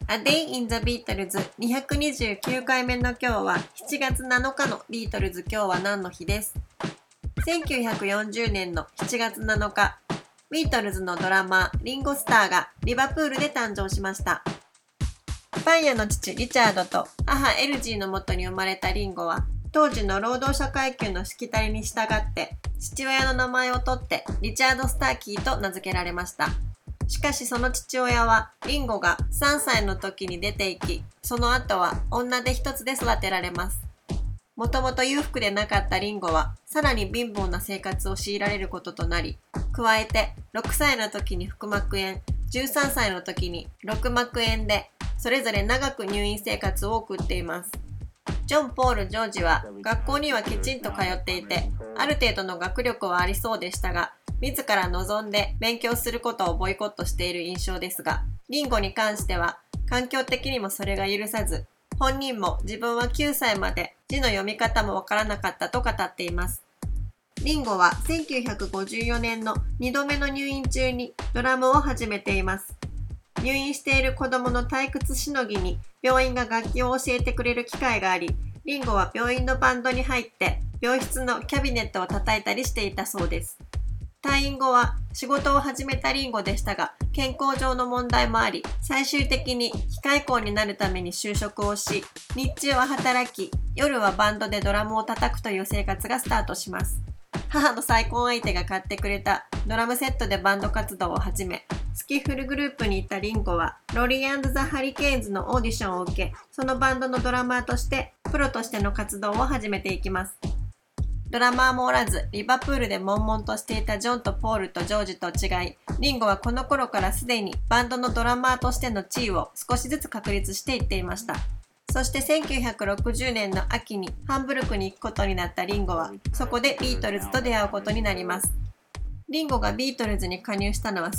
A Day in the Beatles 229回目の今日は7月7日のビートルズ今日は何の日です。1940年の7月7日、ビートルズのドラマーリンゴ・スターがリバプールで誕生しました。パン屋の父リチャードと母エルジーのもとに生まれたリンゴは、当時の労働者階級のしきたりに従って父親の名前を取ってリチャード・スターキーと名付けられました。しかしその父親はリンゴが3歳の時に出て行き、その後は女手一つで育てられます。もともと裕福でなかったリンゴはさらに貧乏な生活を強いられることとなり、加えて6歳の時に腹膜炎、13歳の時に肋膜炎でそれぞれ長く入院生活を送っています。ジョン・ポール・ジョージは学校にはきちんと通っていて、ある程度の学力はありそうでしたが、自ら望んで勉強することをボイコットしている印象ですが、リンゴに関しては環境的にもそれが許さず、本人も自分は9歳まで字の読み方もわからなかったと語っています。リンゴは1954年の2度目の入院中にドラムを始めています。入院している子供の退屈しのぎに病院が楽器を教えてくれる機会があり、リンゴは病院のバンドに入って病室のキャビネットを叩いたりしていたそうです。退院後は仕事を始めたリンゴでしたが、健康上の問題もあり、最終的に機械工になるために就職をし、日中は働き、夜はバンドでドラムを叩くという生活がスタートします。母の再婚相手が買ってくれたドラムセットでバンド活動を始め、スキッフルグループに行ったリンゴは、ロリー&ザ・ハリケーンズのオーディションを受け、そのバンドのドラマーとして、プロとしての活動を始めていきます。ドラマーもおらず、リバプールで悶々としていたジョンとポールとジョージと違い、リンゴはこの頃からすでにバンドのドラマーとしての地位を少しずつ確立していっていました。そして1960年の秋にハンブルクに行くことになったリンゴは、そこでビートルズと出会うことになります。リンゴがビートルズに加入したのは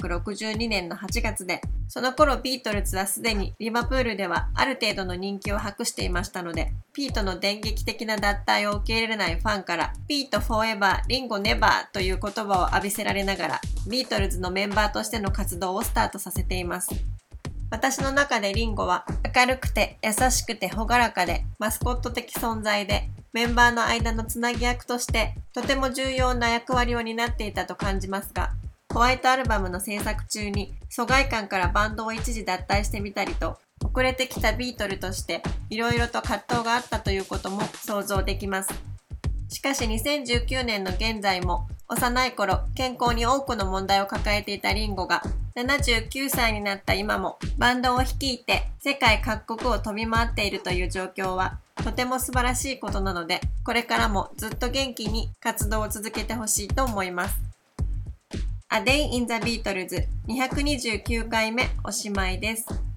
1962年の8月で、その頃ビートルズはすでにリバプールではある程度の人気を博していましたので、ピートの電撃的な脱退を受け入れないファンからピートフォーエバー、リンゴネバーという言葉を浴びせられながら、ビートルズのメンバーとしての活動をスタートさせています。私の中でリンゴは明るくて優しくて朗らかでマスコット的存在で、メンバーの間のつなぎ役としてとても重要な役割を担っていたと感じますが、ホワイトアルバムの制作中に疎外感からバンドを一時脱退してみたりと、遅れてきたビートルとしていろいろと葛藤があったということも想像できます。しかし2019年の現在も幼い頃健康に多くの問題を抱えていたリンゴが79歳になった今もバンドを率いて世界各国を飛び回っているという状況はとても素晴らしいことなので、これからもずっと元気に活動を続けてほしいと思います。A Day in the Beatles 229回目おしまいです。